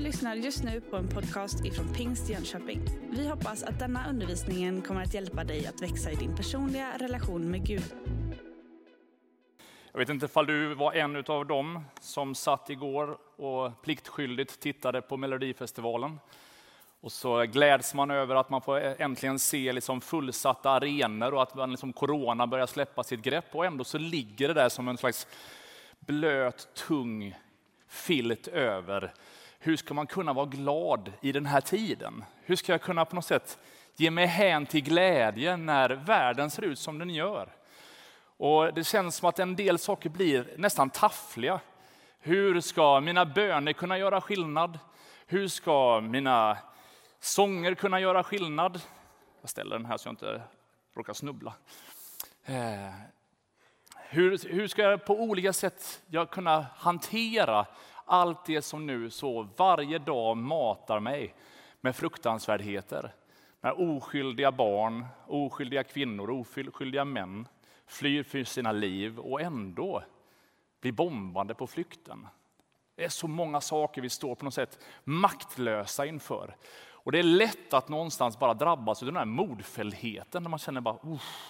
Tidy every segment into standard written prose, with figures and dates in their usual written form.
lyssnar just nu på en podcast ifrån Pingst Jönköping. Vi hoppas att denna undervisningen kommer att hjälpa dig att växa i din personliga relation med Gud. Jag vet inte ifall du var en av dem som satt igår och pliktskyldigt tittade på Melodifestivalen. Och så gläds man över att man får äntligen se liksom fullsatta arenor och att liksom corona börjar släppa sitt grepp. Och ändå så ligger det där som en slags blöt, tung filt över. Hur ska man kunna vara glad i den här tiden? Hur ska jag kunna på något sätt ge mig hän till glädje när världen ser ut som den gör? Och det känns som att en del saker blir nästan taffliga. Hur ska mina böner kunna göra skillnad? Hur ska mina sånger kunna göra skillnad? Jag ställer den här så jag inte råkar snubbla. Hur ska jag på olika sätt kunna hantera allt det som nu så varje dag matar mig med fruktansvärdheter? När oskyldiga barn, oskyldiga kvinnor, oskyldiga män flyr för sina liv och ändå blir bombade på flykten. Det är så många saker vi står på något sätt maktlösa inför. Och det är lätt att någonstans bara drabbas av den här modfällheten när man känner bara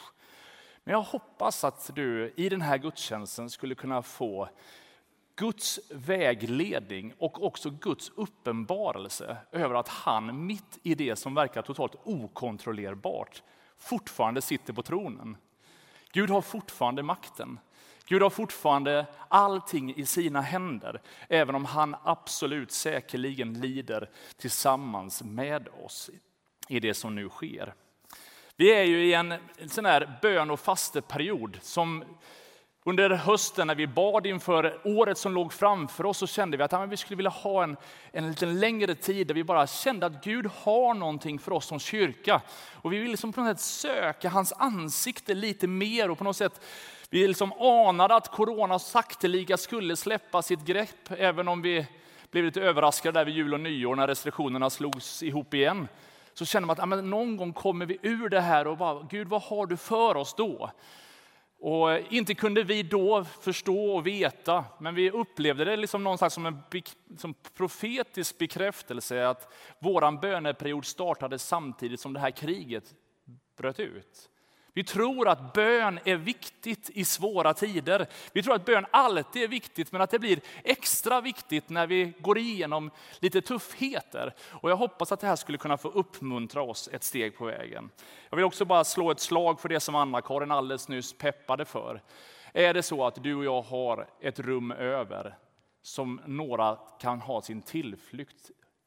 Men jag hoppas att du i den här gudstjänsten skulle kunna få Guds vägledning och också Guds uppenbarelse över att han mitt i det som verkar totalt okontrollerbart fortfarande sitter på tronen. Gud har fortfarande makten. Gud har fortfarande allting i sina händer, även om han absolut säkerligen lider tillsammans med oss i det som nu sker. Vi är ju i en sån här bön- och fasteperiod som under hösten när vi bad inför året som låg framför oss så kände vi att vi skulle vilja ha en lite längre tid där vi bara kände att Gud har någonting för oss som kyrka. Och vi vill liksom på något sätt söka hans ansikte lite mer och på något sätt vi liksom anade att corona sakteliga skulle släppa sitt grepp även om vi blev lite överraskade där vid jul och nyår när restriktionerna slogs ihop igen. Så kände man att någon gång kommer vi ur det här och bara, Gud vad har du för oss då? Och inte kunde vi då förstå och veta, men vi upplevde det liksom någon slags som en profetisk bekräftelse att våran böneperiod startade samtidigt som det här kriget bröt ut. Vi tror att bön är viktigt i svåra tider. Vi tror att bön alltid är viktigt, men att det blir extra viktigt när vi går igenom lite tuffheter. Och jag hoppas att det här skulle kunna få uppmuntra oss ett steg på vägen. Jag vill också bara slå ett slag för det som Anna-Karin alldeles nyss peppade för. Är det så att du och jag har ett rum över som några kan ha sin tillflykt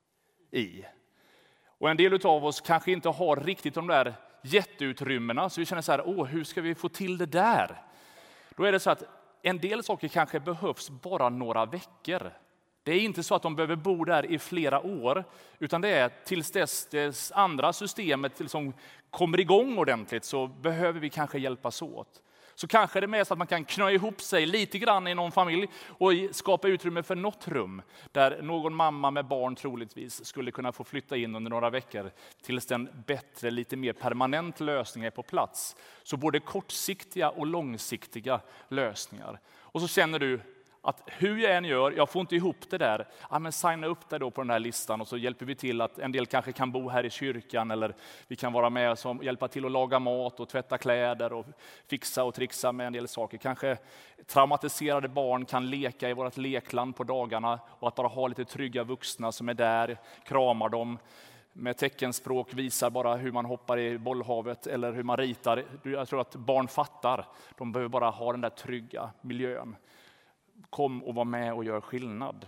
i? Och en del av oss kanske inte har riktigt de där jätteutrymmena, så vi känner så här, hur ska vi få till det där? Då är det så att en del saker kanske behövs bara några veckor. Det är inte så att de behöver bo där i flera år, utan det är tills det andra systemet liksom kommer igång ordentligt så behöver vi kanske hjälpas åt. Så kanske det är med så att man kan knö ihop sig lite grann i någon familj och skapa utrymme för något rum där någon mamma med barn troligtvis skulle kunna få flytta in under några veckor tills den bättre, lite mer permanent lösning är på plats. Så både kortsiktiga och långsiktiga lösningar. Och så känner du att hur jag än gör, jag får inte ihop det där. Men signa upp det då på den här listan och så hjälper vi till att en del kanske kan bo här i kyrkan eller vi kan vara med och hjälpa till att laga mat och tvätta kläder och fixa och trixa med en del saker. Kanske traumatiserade barn kan leka i vårt lekland på dagarna och att bara ha lite trygga vuxna som är där, kramar dem. Med teckenspråk visar bara hur man hoppar i bollhavet eller hur man ritar. Jag tror att barn fattar. De behöver bara ha den där trygga miljön. Kom och var med och gör skillnad.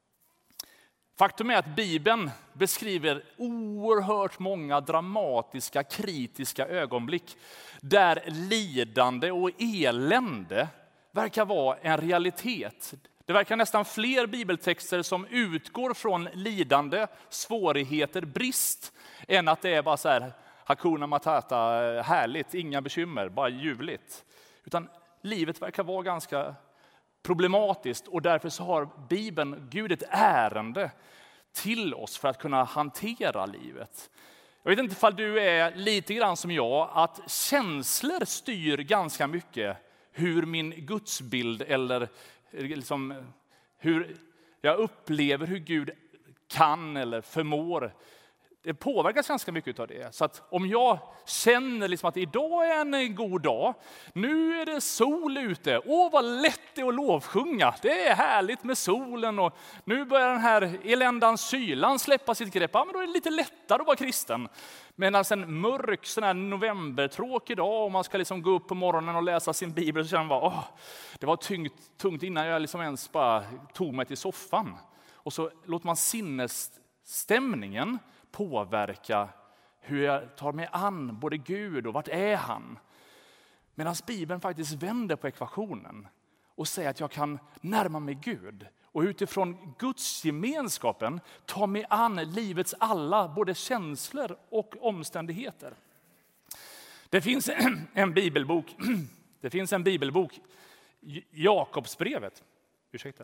Faktum är att Bibeln beskriver oerhört många dramatiska, kritiska ögonblick där lidande och elände verkar vara en realitet. Det verkar nästan fler bibeltexter som utgår från lidande, svårigheter, brist än att det är bara så här Hakuna Matata, härligt, inga bekymmer, bara ljuvligt. Utan livet verkar vara ganska problematiskt och därför så har Bibeln, Gud, ett ärende till oss för att kunna hantera livet. Jag vet inte ifall du är lite grann som jag, att känslor styr ganska mycket hur min gudsbild eller liksom hur jag upplever hur Gud kan eller förmår. Det påverkas ganska mycket av det. Så att om jag känner liksom att idag är en god dag, nu är det sol ute, vad lätt det är att lovsjunga. Det är härligt med solen och nu börjar den här eländans kylan släppa sitt grepp. Ja, men då är det lite lättare att vara kristen. Medan en mörk sån här novembertråkig dag och man ska liksom gå upp på morgonen och läsa sin bibel så känner man det var tungt innan jag liksom ens bara tog mig till soffan. Och så låter man sinnesstämningen påverka hur jag tar mig an både Gud och vart är han. Medan Bibeln faktiskt vänder på ekvationen och säger att jag kan närma mig Gud. Och utifrån Guds gemenskapen ta mig an livets alla både känslor och omständigheter. Det finns en bibelbok, Jakobsbrevet. Ursäkta.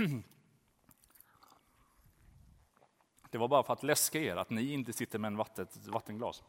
Det var bara för att läska er att ni inte sitter med ett vattenglas.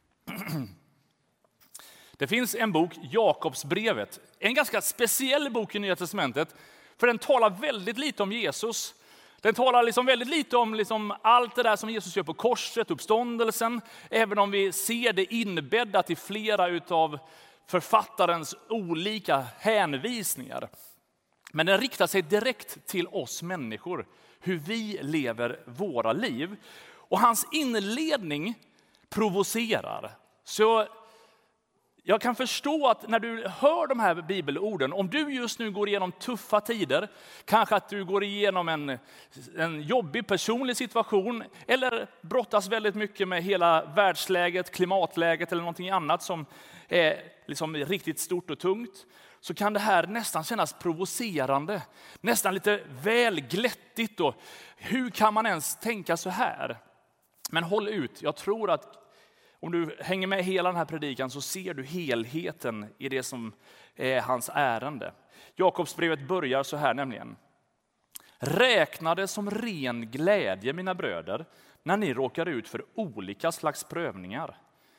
Det finns en bok, Jakobsbrevet. En ganska speciell bok i Nya testamentet. För den talar väldigt lite om Jesus. Den talar liksom väldigt lite om allt det där som Jesus gör på korset, uppståndelsen. Även om vi ser det inbäddat i flera utav författarens olika hänvisningar. Men den riktar sig direkt till oss människor. Hur vi lever våra liv. Och hans inledning provocerar. Så jag kan förstå att när du hör de här bibelorden, om du just nu går igenom tuffa tider, kanske att du går igenom en jobbig personlig situation eller brottas väldigt mycket med hela världsläget, klimatläget eller någonting annat som är liksom riktigt stort och tungt, så kan det här nästan kännas provocerande, nästan lite väl glättigt. Och hur kan man ens tänka så här? Men håll ut, jag tror att om du hänger med hela den här predikan så ser du helheten i det som är hans ärende. Jakobsbrevet börjar så här nämligen. Räkna det som ren glädje, mina bröder, när ni råkar ut för olika slags prövningar.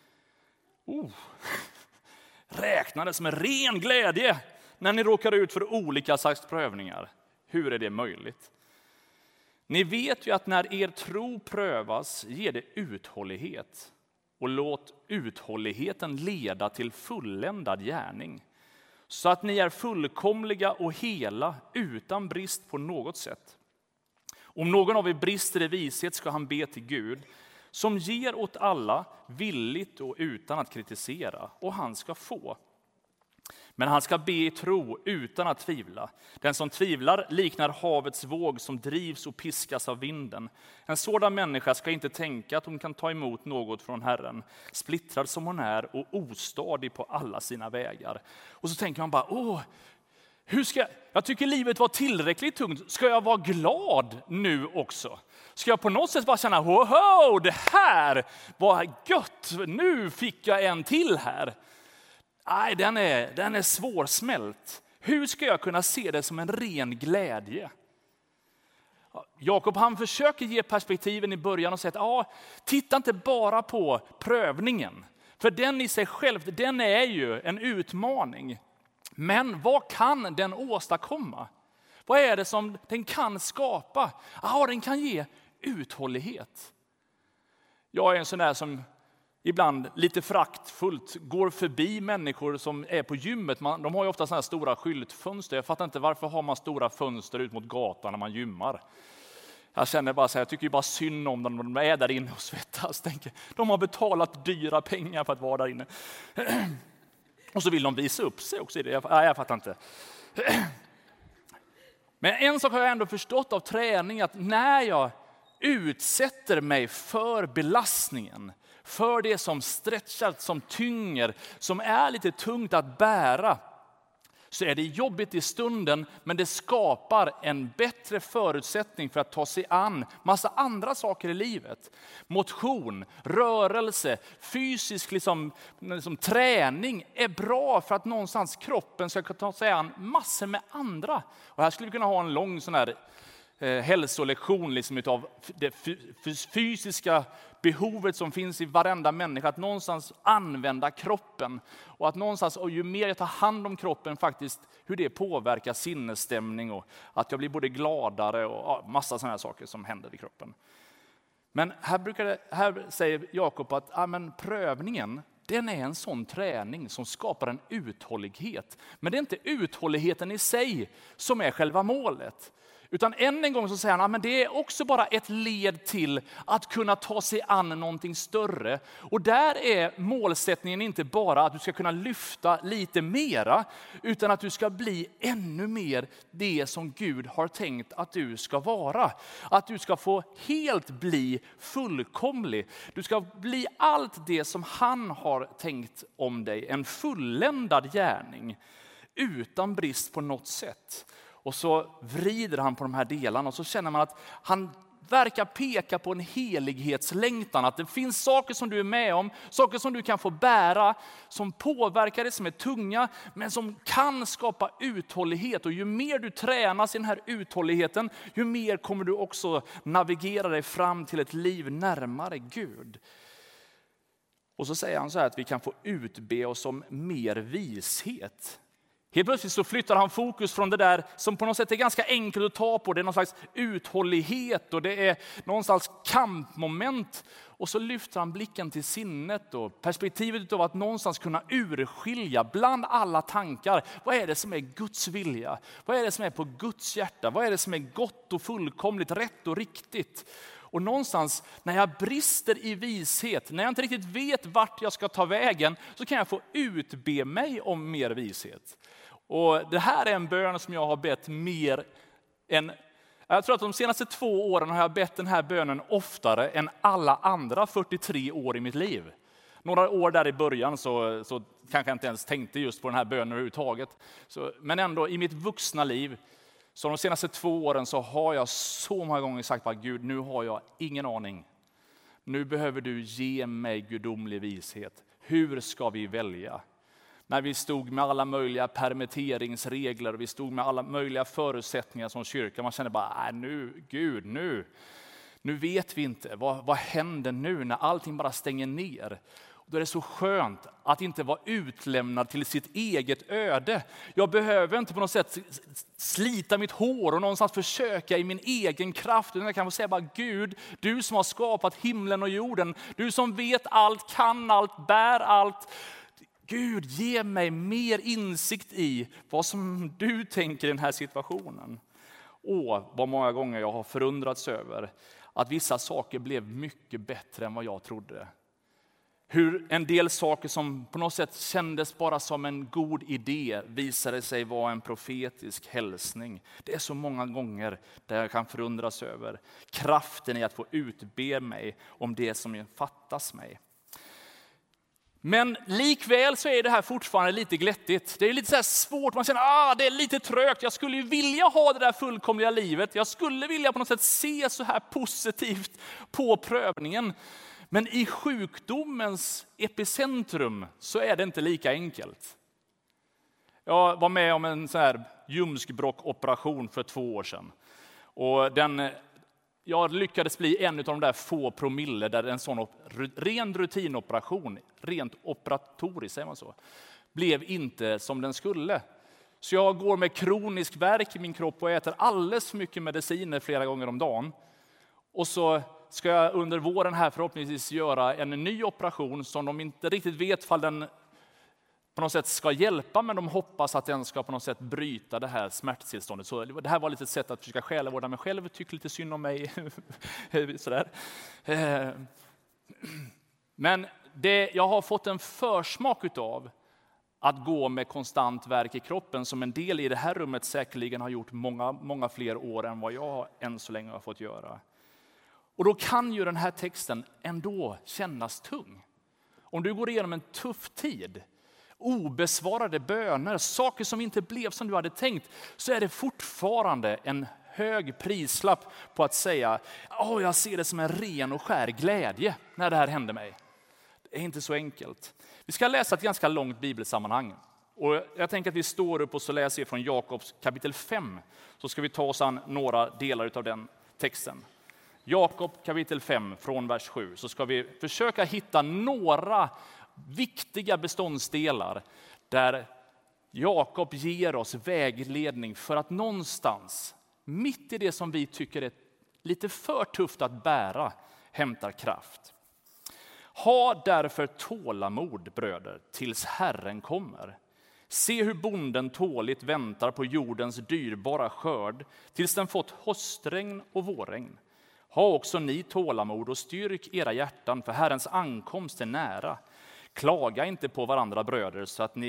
Räkna det som en ren glädje när ni råkar ut för olika slags prövningar. Hur är det möjligt? Ni vet ju att när er tro prövas ger det uthållighet. Och låt uthålligheten leda till fulländad gärning. Så att ni är fullkomliga och hela utan brist på något sätt. Om någon av er brister i vishet ska han be till Gud, som ger åt alla villigt och utan att kritisera, och han ska få. Men han ska be i tro utan att tvivla. Den som tvivlar liknar havets våg som drivs och piskas av vinden. En sådan människa ska inte tänka att hon kan ta emot något från Herren, splittrad som hon är och ostadig på alla sina vägar. Och så tänker man bara, jag tycker livet var tillräckligt tungt. Ska jag vara glad nu också? Ska jag på något sätt bara känna, det här var gött, nu fick jag en till här. Nej, den är svårsmält. Hur ska jag kunna se det som en ren glädje? Jakob han försöker ge perspektiven i början och säga att titta inte bara på prövningen. För den i sig själv, den är ju en utmaning. Men vad kan den åstadkomma? Vad är det som den kan skapa? Den kan ge uthållighet. Jag är en sån där som ibland lite fraktfullt går förbi människor som är på gymmet. De har ju ofta såna här stora skyltfönster. Jag fattar inte varför har man stora fönster ut mot gatan när man gymmar. Jag känner bara så här, jag tycker ju bara synd om dem när de är där inne och svettas. De har betalat dyra pengar för att vara där inne. Och så vill de visa upp sig också. Jag fattar inte. Men en sak har jag ändå förstått av träning, att när jag utsätter mig för belastningen, för det som stretchar, som tynger, som är lite tungt att bära, så är det jobbigt i stunden, men det skapar en bättre förutsättning för att ta sig an massa andra saker i livet. Motion, rörelse, fysisk liksom träning är bra för att någonstans kroppen ska ta sig an massor med andra. Och här skulle vi kunna ha en lång sån här hälsolektion liksom utav det fysiska behovet som finns i varenda människa, att någonstans använda kroppen, och att någonstans, och ju mer jag tar hand om kroppen faktiskt, hur det påverkar sinnesstämning och att jag blir både gladare och massa sådana här saker som händer i kroppen. Men här säger Jakob att prövningen, den är en sån träning som skapar en uthållighet. Men det är inte uthålligheten i sig som är själva målet. Utan än en gång så säger han att det är också bara ett led till att kunna ta sig an någonting större. Och där är målsättningen inte bara att du ska kunna lyfta lite mera, utan att du ska bli ännu mer det som Gud har tänkt att du ska vara. Att du ska få helt bli fullkomlig. Du ska bli allt det som han har tänkt om dig. En fulländad gärning utan brist på något sätt. Och så vrider han på de här delarna och så känner man att han verkar peka på en helighetslängtan. Att det finns saker som du är med om, saker som du kan få bära, som påverkar dig, som är tunga, men som kan skapa uthållighet. Och ju mer du tränas i den här uthålligheten, ju mer kommer du också navigera dig fram till ett liv närmare Gud. Och så säger han så här att vi kan få utbe oss om mer vishet. Helt plötsligt så flyttar han fokus från det där som på något sätt är ganska enkelt att ta på. Det är någon slags uthållighet och det är någon slags kampmoment. Och så lyfter han blicken till sinnet och perspektivet av att någonstans kunna urskilja bland alla tankar. Vad är det som är Guds vilja? Vad är det som är på Guds hjärta? Vad är det som är gott och fullkomligt, rätt och riktigt? Och någonstans när jag brister i vishet, när jag inte riktigt vet vart jag ska ta vägen, så kan jag få utbe mig om mer vishet. Och det här är en bön som jag har bett mer än, jag tror att de senaste 2 åren har jag bett den här bönen oftare än alla andra 43 år i mitt liv. Några år där i början så kanske jag inte ens tänkte just på den här bönen överhuvudtaget. Men ändå i mitt vuxna liv, så de senaste 2 åren så har jag så många gånger sagt att Gud, nu har jag ingen aning. Nu behöver du ge mig gudomlig vishet. Hur ska vi välja? När vi stod med alla möjliga permitteringsregler och vi stod med alla möjliga förutsättningar som kyrka. Man kände bara, nu vet vi inte. Vad händer nu när allting bara stänger ner? Då är det så skönt att inte vara utlämnad till sitt eget öde. Jag behöver inte på något sätt slita mitt hår och någonstans försöka i min egen kraft. Utan jag kan få säga bara, Gud, du som har skapat himlen och jorden. Du som vet allt, kan allt, bär allt. Gud, ge mig mer insikt i vad som du tänker i den här situationen. Vad många gånger jag har förundrats över att vissa saker blev mycket bättre än vad jag trodde. Hur en del saker som på något sätt kändes bara som en god idé visade sig vara en profetisk hälsning. Det är så många gånger där jag kan förundras över kraften i att få utbe mig om det som fattas mig. Men likväl så är det här fortfarande lite glättigt. Det är lite så här svårt, man känner det är lite trögt. Jag skulle ju vilja ha det där fullkomliga livet. Jag skulle vilja på något sätt se så här positivt på prövningen. Men i sjukdomens epicentrum så är det inte lika enkelt. Jag var med om en så här ljumskbråckoperation för 2 år sedan. Och jag lyckades bli en av de där få promille där en sån ren rutinoperation, rent operatoriskt säger man så, blev inte som den skulle. Så jag går med kronisk värk i min kropp och äter alldeles för mycket mediciner flera gånger om dagen. Och så ska jag under våren här förhoppningsvis göra en ny operation som de inte riktigt vet om den på något sätt ska hjälpa, men de hoppas att den ska på något sätt bryta det här smärttillståndet. Så det här var lite ett sätt att försöka själavårda mig själv, tycker lite synd om mig. Sådär. Men jag har fått en försmak utav att gå med konstant värk i kroppen som en del i det här rummet säkerligen har gjort många, många fler år än vad jag än så länge har fått göra. Och då kan ju den här texten ändå kännas tung. Om du går igenom en tuff tid, obesvarade böner, saker som inte blev som du hade tänkt, så är det fortfarande en hög prislapp på att säga, jag ser det som en ren och skär glädje när det här händer mig. Det är inte så enkelt. Vi ska läsa ett ganska långt bibelsammanhang. Och jag tänker att vi står upp och så läser vi från Jakobs kapitel 5. Så ska vi ta oss an några delar av den texten. Jakob kapitel 5 från vers 7. Så ska vi försöka hitta några viktiga beståndsdelar där Jakob ger oss vägledning för att någonstans, mitt i det som vi tycker är lite för tufft att bära, hämtar kraft. Ha därför tålamod, bröder, tills Herren kommer. Se hur bonden tåligt väntar på jordens dyrbara skörd, tills den fått höstregn och vårregn. Ha också ni tålamod och styrk era hjärtan, för Herrens ankomst är nära. Klaga inte på varandra, bröder,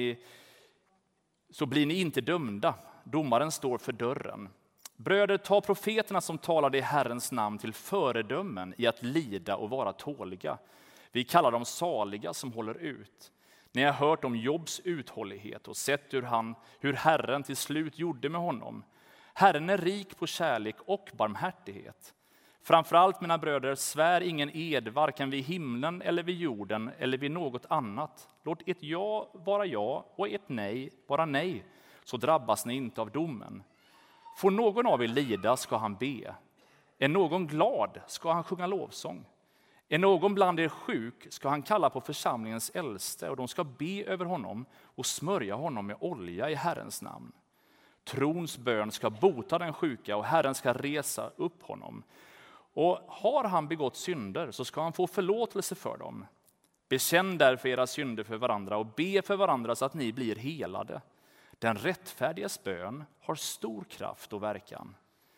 så blir ni inte dömda. Domaren står för dörren. Bröder, ta profeterna som talade i Herrens namn till föredömen i att lida och vara tåliga. Vi kallar dem saliga som håller ut. Ni har hört om Jobs uthållighet och sett hur Herren till slut gjorde med honom. Herren är rik på kärlek och barmhärtighet. Framförallt, mina bröder, svär ingen ed, varken vid himlen eller vid jorden eller vid något annat. Låt ett ja vara ja och ett nej vara nej, så drabbas ni inte av domen. Får någon av er lida ska han be. Är någon glad ska han sjunga lovsång. Är någon bland er sjuk ska han kalla på församlingens äldste, och de ska be över honom och smörja honom med olja i Herrens namn. Trons bön ska bota den sjuka och Herren ska resa upp honom. Och har han begått synder så ska han få förlåtelse för dem. Bekänn därför era synder för varandra och be för varandra så att ni blir helade. Den rättfärdiges bön har stor kraft och verkan.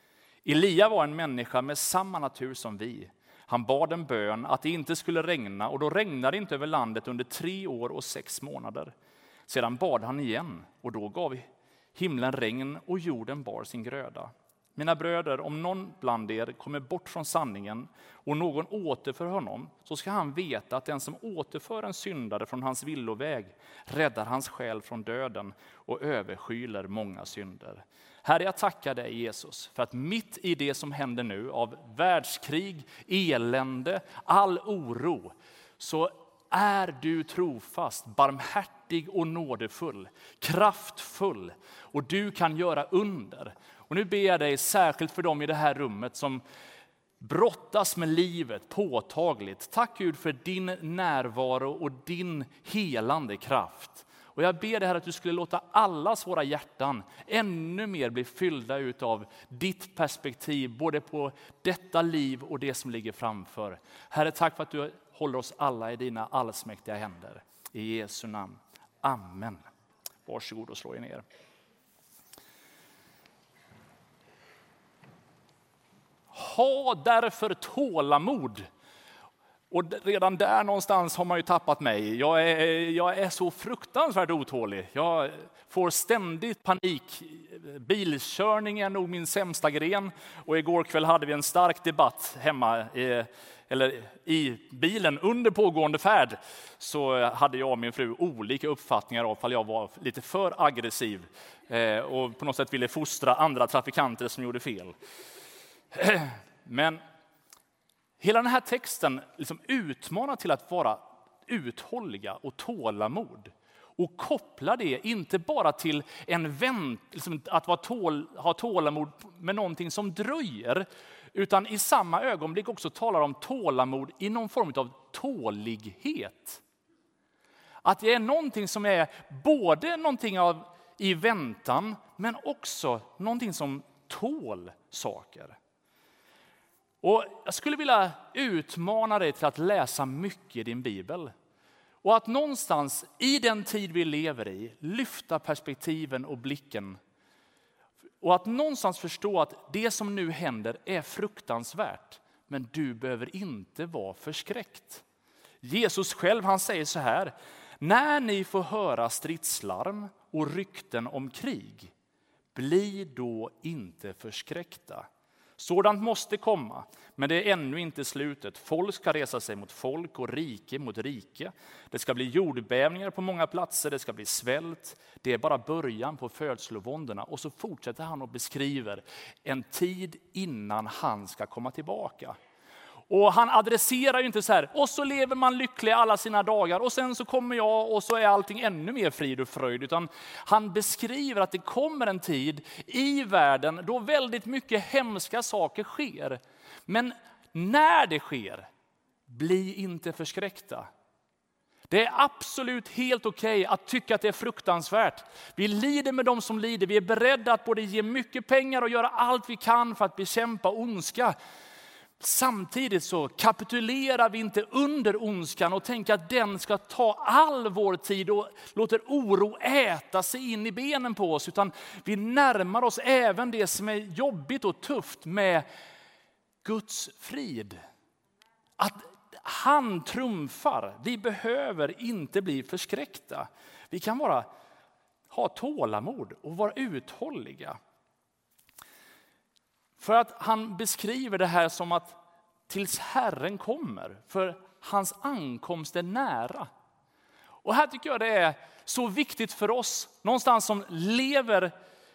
Elia var en människa med samma natur som vi. Han bad en bön att det inte skulle regna, och då regnade det inte över landet under 3 år och 6 månader. Sedan bad han igen, och då gav himlen regn och jorden bar sin gröda. Mina bröder, om någon bland er kommer bort från sanningen och någon återför honom, så ska han veta att den som återför en syndare från hans villoväg räddar hans själ från döden och överskyler många synder. Herre, jag tackar dig, Jesus, för att mitt i det som händer nu av världskrig, elände, all oro, så är du trofast, barmhärtig och nådefull, kraftfull, och du kan göra under. Och nu ber jag dig särskilt för dem i det här rummet som brottas med livet påtagligt. Tack Gud för din närvaro och din helande kraft. Och jag ber dig här att du skulle låta allas våra hjärtan ännu mer bli fyllda av ditt perspektiv, både på detta liv och det som ligger framför. Herre, tack för att du håller oss alla i dina allsmäktiga händer. I Jesu namn. Amen. Varsågod och slå er ner. Ha därför tålamod. Och redan där någonstans har man ju tappat mig. Jag är så fruktansvärt otålig. Jag får ständigt panik. Bilkörning är nog min sämsta gren. Och igår kväll hade vi en stark debatt hemma i bilen under pågående färd. Så hade jag och min fru olika uppfattningar om ifall jag var lite för aggressiv. Och på något sätt ville fostra andra trafikanter som gjorde fel. Men hela den här texten liksom utmanar till att vara uthålliga och tålamod. Och koppla det inte bara till att ha tålamod med någonting som dröjer, utan i samma ögonblick också talar om tålamod i någon form av tålighet. Att det är någonting som är både någonting av i väntan, men också någonting som tål saker. Och jag skulle vilja utmana dig till att läsa mycket i din bibel. Och att någonstans i den tid vi lever i lyfta perspektiven och blicken. Och att någonstans förstå att det som nu händer är fruktansvärt. Men du behöver inte vara förskräckt. Jesus själv, han säger så här: när ni får höra stridslarm och rykten om krig, bli då inte förskräckta. Sådant måste komma, men det är ännu inte slutet. Folk ska resa sig mot folk och rike mot rike. Det ska bli jordbävningar på många platser, det ska bli svält. Det är bara början på födslovåndorna. Och så fortsätter han och beskriver en tid innan han ska komma tillbaka. Och han adresserar ju inte så här: och så lever man lycklig alla sina dagar och sen så kommer jag och så är allting ännu mer frid och fröjd. Utan han beskriver att det kommer en tid i världen då väldigt mycket hemska saker sker. Men när det sker, bli inte förskräckta. Det är absolut helt okej att tycka att det är fruktansvärt. Vi lider med dem som lider. Vi är beredda att både ge mycket pengar och göra allt vi kan för att bekämpa ondska. Samtidigt så kapitulerar vi inte under ondskan och tänker att den ska ta all vår tid och låter oro äta sig in i benen på oss. Utan vi närmar oss även det som är jobbigt och tufft med Guds frid. Att han trumfar. Vi behöver inte bli förskräckta. Vi kan bara ha tålamod och vara uthålliga. För att han beskriver det här som att tills Herren kommer. För hans ankomst är nära. Och här tycker jag det är så viktigt för oss. Någonstans som lever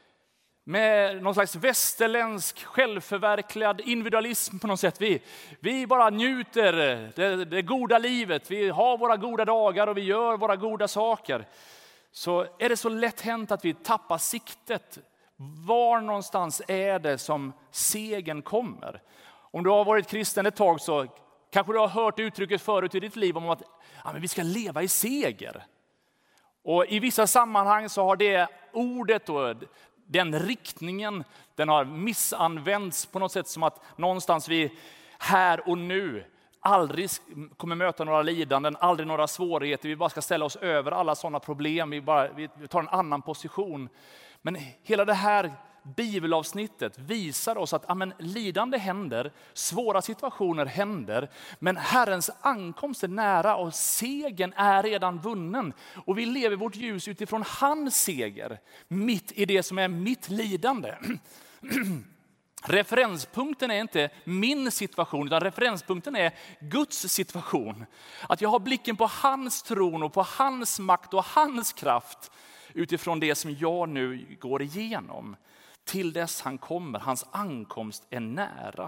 med någon slags västerländsk självförverkligad individualism på något sätt. Vi bara njuter det goda livet. Vi har våra goda dagar och vi gör våra goda saker. Så är det så lätt hänt att vi tappar siktet. Var någonstans är det som segern kommer? Om du har varit kristen ett tag så kanske du har hört uttrycket förut i ditt liv om att men vi ska leva i seger. Och i vissa sammanhang så har det ordet och den riktningen, den har missanvänts på något sätt som att någonstans vi här och nu aldrig kommer möta några lidanden, aldrig några svårigheter. Vi bara ska ställa oss över alla sådana problem. Vi tar en annan position. Men hela det här bibelavsnittet visar oss att lidande händer, svåra situationer händer, men Herrens ankomst är nära och segern är redan vunnen. Och vi lever vårt ljus utifrån hans seger, mitt i det som är mitt lidande. Referenspunkten är inte min situation, utan referenspunkten är Guds situation. Att jag har blicken på hans tron och på hans makt och hans kraft utifrån det som jag nu går igenom. Till dess han kommer, hans ankomst är nära.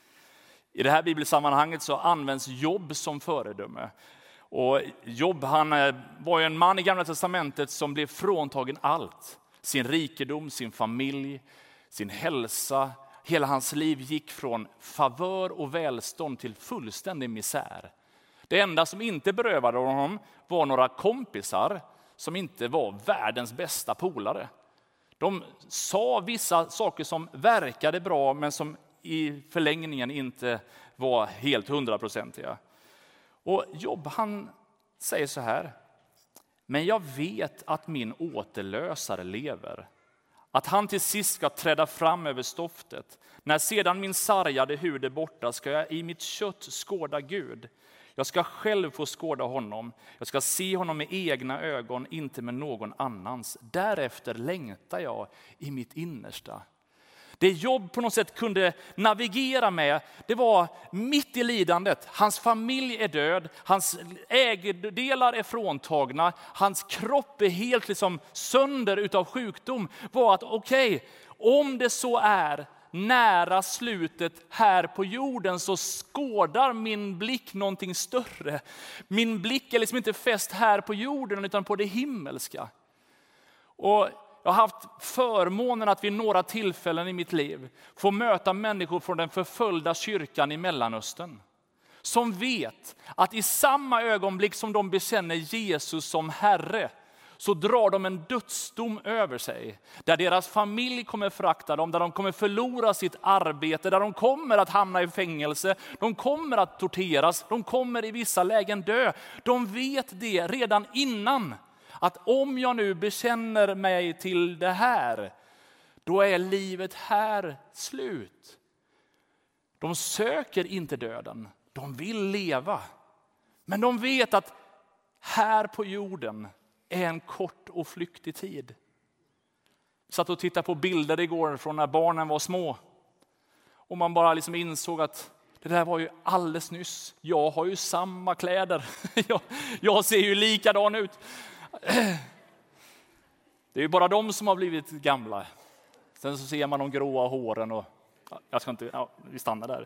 I det här bibelsammanhanget så används Job som föredöme. Och Job, han var ju en man i Gamla testamentet som blev fråntagen allt. Sin rikedom, sin familj, sin hälsa. Hela hans liv gick från favör och välstånd till fullständig misär. Det enda som inte berövade honom var några kompisar som inte var världens bästa polare. De sa vissa saker som verkade bra men som i förlängningen inte var helt 100%. Och Job, han säger så här: men jag vet att min återlösare lever. Att han till sist ska träda fram över stoftet. När sedan min sargade hud är borta ska jag i mitt kött skåda Gud. Jag ska själv få skåda honom. Jag ska se honom med egna ögon, inte med någon annans. Därefter längtar jag i mitt innersta. Det Job på något sätt kunde navigera med, det var mitt i lidandet. Hans familj är död, hans ägodelar är fråntagna, hans kropp är helt liksom sönder utav sjukdom. Var att okej, om det så är nära slutet här på jorden så skådar min blick någonting större. Min blick är liksom inte fäst här på jorden utan på det himmelska. Och jag har haft förmånen att vid några tillfällen i mitt liv få möta människor från den förföljda kyrkan i Mellanöstern. Som vet att i samma ögonblick som de bekänner Jesus som Herre så drar de en dödsdom över sig. Där deras familj kommer förakta dem, där de kommer förlora sitt arbete, där de kommer att hamna i fängelse, de kommer att torteras, de kommer i vissa lägen dö. De vet det redan innan. Att om jag nu bekänner mig till det här, då är livet här slut. De söker inte döden, de vill leva. Men de vet att här på jorden är en kort och flyktig tid. Jag satt och tittade på bilder igår från när barnen var små. Och man bara liksom insåg att det där var ju alldeles nyss. Jag har ju samma kläder. Jag ser ju likadan ut. Det är ju bara de som har blivit gamla. Sen så ser man de gråa håren och vi stannar där.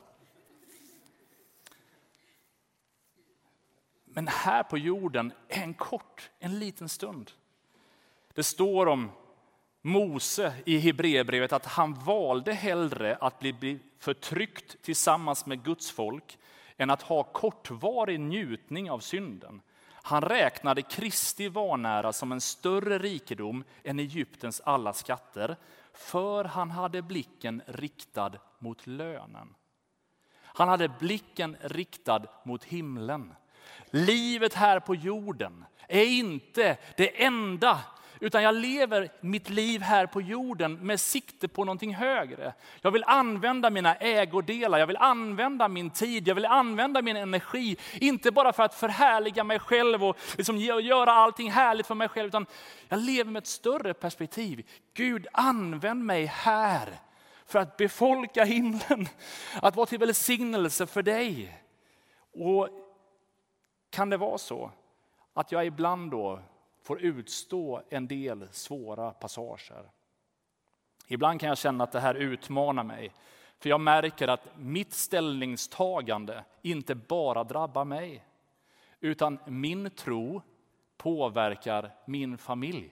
Men här på jorden är en liten stund. Det står om Mose i Hebreerbrevet att han valde hellre att bli förtryckt tillsammans med Guds folk än att ha kortvarig njutning av synden. Han räknade Kristi vanära som en större rikedom än Egyptens alla skatter, för han hade blicken riktad mot lönen. Han hade blicken riktad mot himlen. Livet här på jorden är inte det enda, utan jag lever mitt liv här på jorden med sikte på någonting högre. Jag vill använda mina ägodelar, jag vill använda min tid, jag vill använda min energi. Inte bara för att förhärliga mig själv och liksom göra allting härligt för mig själv, utan jag lever med ett större perspektiv. Gud, använd mig här för att befolka himlen, att vara till välsignelse för dig. Och kan det vara så att jag ibland då får utstå en del svåra passager? Ibland kan jag känna att det här utmanar mig. För jag märker att mitt ställningstagande inte bara drabbar mig, utan min tro påverkar min familj.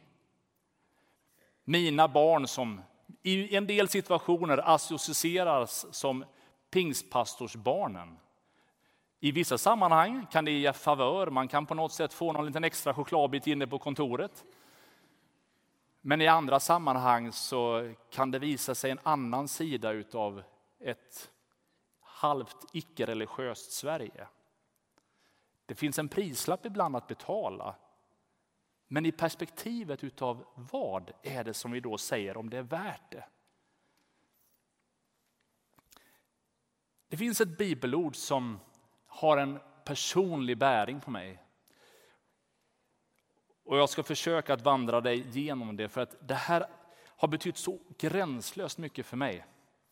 Mina barn som i en del situationer associeras som pingstpastorsbarnen. I vissa sammanhang kan det ge favör. Man kan på något sätt få någon liten extra chokladbit inne på kontoret. Men i andra sammanhang så kan det visa sig en annan sida utav ett halvt icke-religiöst Sverige. Det finns en prislapp ibland att betala. Men i perspektivet utav vad är det som vi då säger om det är värt det? Det finns ett bibelord som har en personlig bäring på mig. Och jag ska försöka att vandra dig genom det, för att det här har betytt så gränslöst mycket för mig.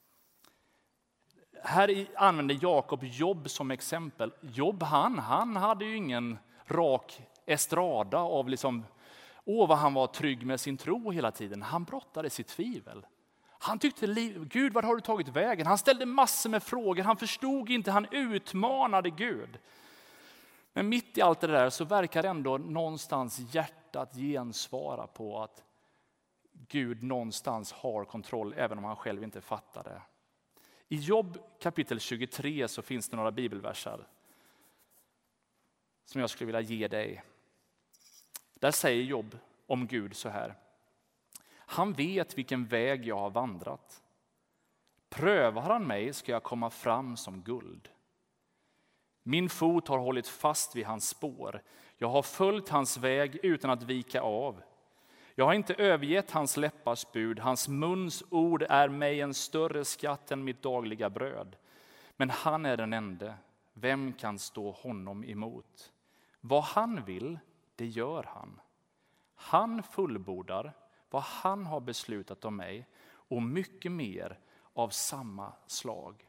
Här använder Jakob Jobb som exempel. Jobb han hade ju ingen rak estrada av liksom, vad han var trygg med sin tro hela tiden. Han brottade sitt tvivel. Han tyckte, Gud, var har du tagit vägen? Han ställde massor med frågor. Han förstod inte, han utmanade Gud. Men mitt i allt det där så verkar ändå någonstans hjärtat gensvara på att Gud någonstans har kontroll, även om han själv inte fattar det. I Jobb kapitel 23 så finns det några bibelversar som jag skulle vilja ge dig. Där säger Jobb om Gud så här: han vet vilken väg jag har vandrat. Prövar han mig ska jag komma fram som guld. Min fot har hållit fast vid hans spår. Jag har följt hans väg utan att vika av. Jag har inte övergett hans läppars bud. Hans muns ord är mig en större skatt än mitt dagliga bröd. Men han är den ende. Vem kan stå honom emot? Vad han vill, det gör han. Han fullbordar vad han har beslutat om mig, och mycket mer av samma slag.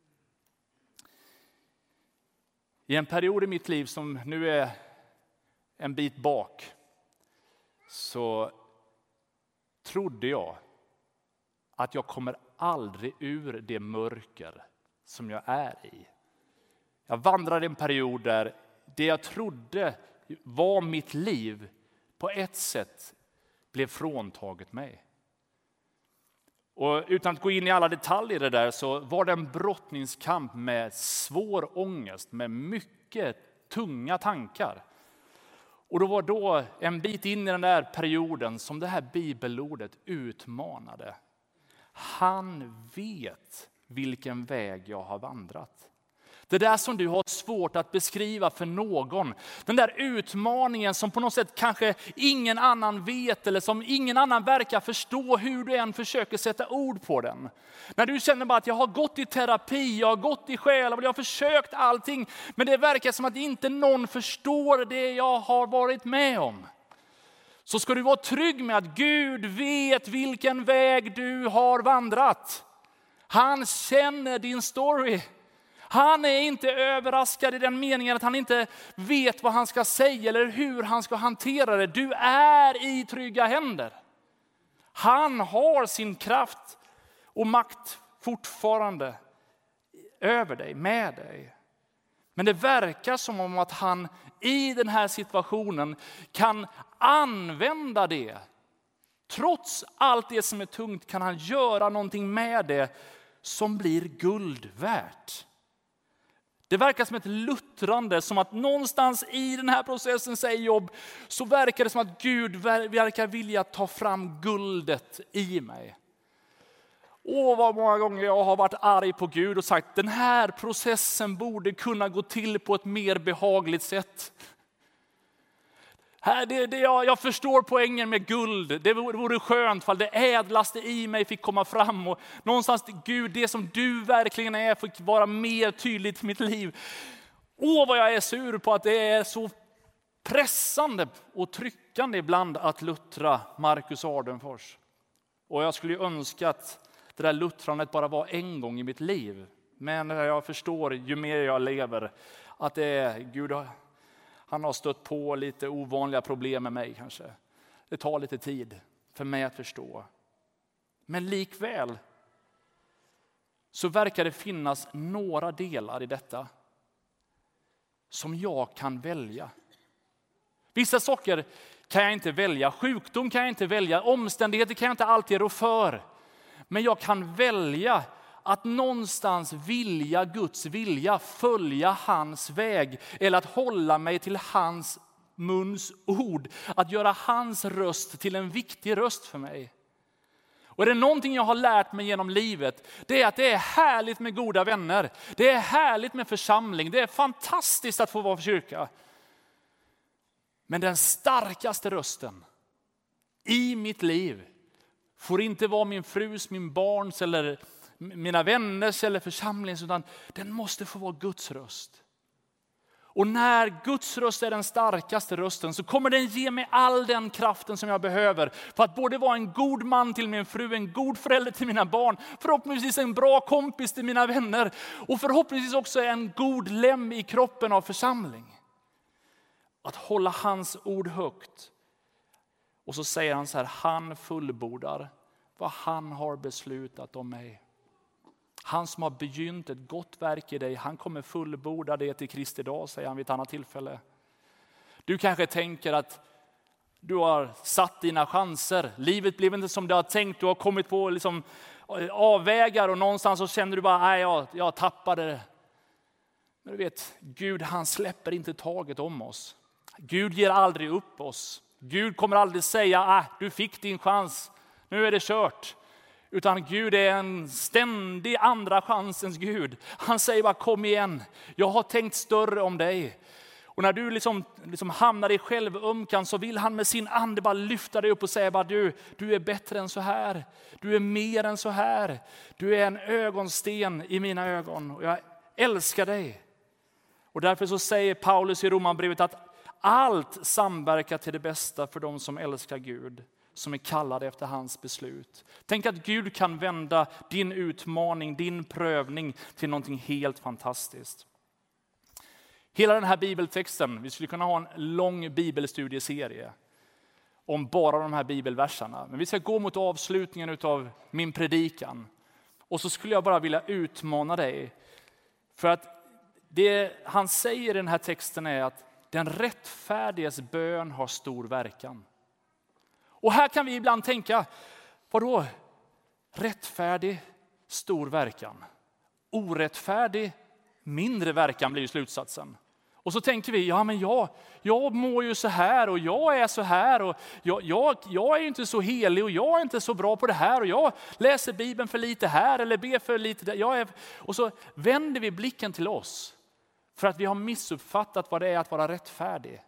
I en period i mitt liv som nu är en bit bak, så trodde jag att jag kommer aldrig ur det mörker som jag är i. Jag vandrade en period där det jag trodde var mitt liv på ett sätt blev fråntaget mig. Och utan att gå in i alla detaljer i det där, så var det en brottningskamp med svår ångest, med mycket tunga tankar. Och då var då en bit in i den där perioden som det här bibelordet utmanade. Han vet vilken väg jag har vandrat. Det där som du har svårt att beskriva för någon. Den där utmaningen som på något sätt kanske ingen annan vet, eller som ingen annan verkar förstå hur du än försöker sätta ord på den. När du känner bara att jag har gått i terapi, jag har gått i själ och jag har försökt allting. Men det verkar som att inte någon förstår det jag har varit med om. Så ska du vara trygg med att Gud vet vilken väg du har vandrat. Han känner din story. Han är inte överraskad i den meningen att han inte vet vad han ska säga eller hur han ska hantera det. Du är i trygga händer. Han har sin kraft och makt fortfarande över dig, med dig. Men det verkar som om att han i den här situationen kan använda det. Trots allt det som är tungt kan han göra någonting med det som blir guld värt. Det verkar som ett luttrande, som att någonstans i den här processen, säger Jobb, så verkar det som att Gud verkar vilja ta fram guldet i mig. Vad många gånger jag har varit arg på Gud och sagt den här processen borde kunna gå till på ett mer behagligt sätt. Jag förstår poängen med guld. Det vore skönt för det ädlaste i mig fick komma fram. Och någonstans, Gud, det som du verkligen är fick vara mer tydligt i mitt liv. Vad jag är sur på att det är så pressande och tryckande ibland att luttra Marcus Ardenfors. Och jag skulle ju önska att det där luttrandet bara var en gång i mitt liv. Men jag förstår ju mer jag lever att det är Gud. Han har stött på lite ovanliga problem med mig kanske. Det tar lite tid för mig att förstå. Men likväl så verkar det finnas några delar i detta som jag kan välja. Vissa saker kan jag inte välja. Sjukdom kan jag inte välja. Omständigheter kan jag inte alltid rå för. Men jag kan välja att någonstans vilja Guds vilja, följa hans väg. Eller att hålla mig till hans muns ord. Att göra hans röst till en viktig röst för mig. Och är det någonting jag har lärt mig genom livet, det är att det är härligt med goda vänner. Det är härligt med församling. Det är fantastiskt att få vara för kyrka. Men den starkaste rösten i mitt liv får inte vara min frus, min barns eller mina vänners eller församlings, utan den måste få vara Guds röst. Och när Guds röst är den starkaste rösten så kommer den ge mig all den kraften som jag behöver för att både vara en god man till min fru, en god förälder till mina barn, förhoppningsvis en bra kompis till mina vänner och förhoppningsvis också en god lem i kroppen av församling. Att hålla hans ord högt. Och så säger han så här, han fullbordar vad han har beslutat om mig. Han som har begynt ett gott verk i dig, han kommer fullborda det till Kristi dag, säger han vid ett annat tillfälle. Du kanske tänker att du har satt dina chanser. Livet blev inte som du har tänkt. Du har kommit på liksom avvägar och någonstans så känner du bara, nej jag tappade det. Men du vet, Gud han släpper inte taget om oss. Gud ger aldrig upp oss. Gud kommer aldrig säga, du fick din chans, nu är det kört. Utan Gud är en ständig andra chansens Gud. Han säger bara, kom igen, jag har tänkt större om dig. Och när du liksom hamnar i självömkan så vill han med sin ande bara lyfta dig upp och säga, bara, du är bättre än så här. Du är mer än så här. Du är en ögonsten i mina ögon och jag älskar dig. Och därför så säger Paulus i Romarbrevet att allt samverkar till det bästa för de som älskar Gud, som är kallade efter hans beslut. Tänk att Gud kan vända din utmaning, din prövning till någonting helt fantastiskt. Hela den här bibeltexten, vi skulle kunna ha en lång bibelstudieserie om bara de här bibelverserna. Men vi ska gå mot avslutningen av min predikan. Och så skulle jag bara vilja utmana dig. För att det han säger i den här texten är att den rättfärdiges bön har stor verkan. Och här kan vi ibland tänka, vadå? Rättfärdig, stor verkan. Orättfärdig, mindre verkan blir slutsatsen. Och så tänker vi, ja men jag mår ju så här och jag är så här och jag är ju inte så helig och jag är inte så bra på det här och jag läser Bibeln för lite här eller ber för lite där. Och så vänder vi blicken till oss för att vi har missuppfattat vad det är att vara rättfärdig.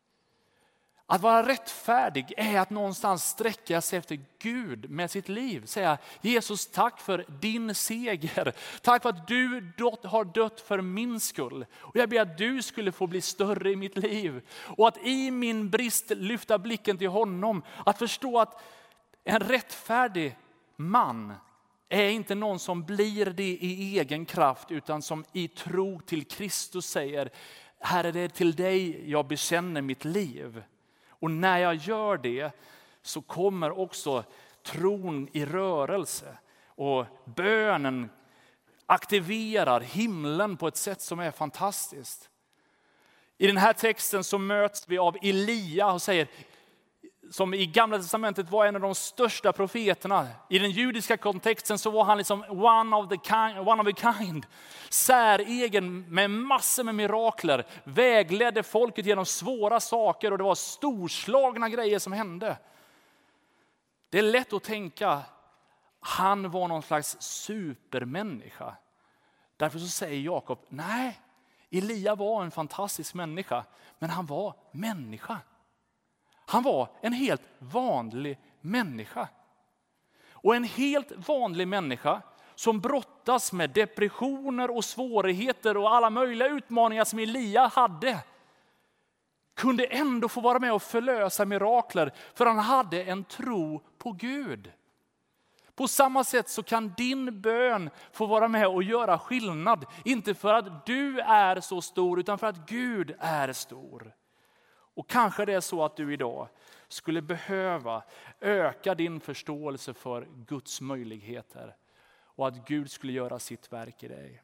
Att vara rättfärdig är att någonstans sträcka sig efter Gud med sitt liv. Säga, Jesus, tack för din seger. Tack för att du har dött för min skull. Och jag ber att du skulle få bli större i mitt liv. Och att i min brist lyfta blicken till honom. Att förstå att en rättfärdig man är inte någon som blir det i egen kraft. Utan som i tro till Kristus säger, Herre, det är till dig jag bekänner mitt liv. Och när jag gör det så kommer också tron i rörelse. Och bönen aktiverar himlen på ett sätt som är fantastiskt. I den här texten så möts vi av Elia och säger, som i Gamla testamentet var en av de största profeterna. I den judiska kontexten så var han liksom one of a kind. Säregen med massor med mirakler. Vägledde folket genom svåra saker och det var storslagna grejer som hände. Det är lätt att tänka han var någon slags supermänniska. Därför så säger Jakob, nej, Elia var en fantastisk människa, men han var människa. Han var en helt vanlig människa. Och en helt vanlig människa som brottas med depressioner och svårigheter och alla möjliga utmaningar som Elia hade, kunde ändå få vara med och förlösa mirakler, för han hade en tro på Gud. På samma sätt så kan din bön få vara med och göra skillnad. Inte för att du är så stor, utan för att Gud är stor. Och kanske det är så att du idag skulle behöva öka din förståelse för Guds möjligheter. Och att Gud skulle göra sitt verk i dig.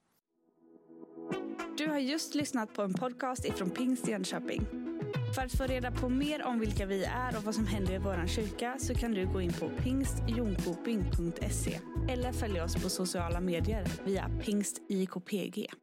Du har just lyssnat på en podcast ifrån Pingst Jönköping. För att få reda på mer om vilka vi är och vad som händer i vår kyrka så kan du gå in på pingstjonkoping.se eller följa oss på sociala medier via pingstjkpg.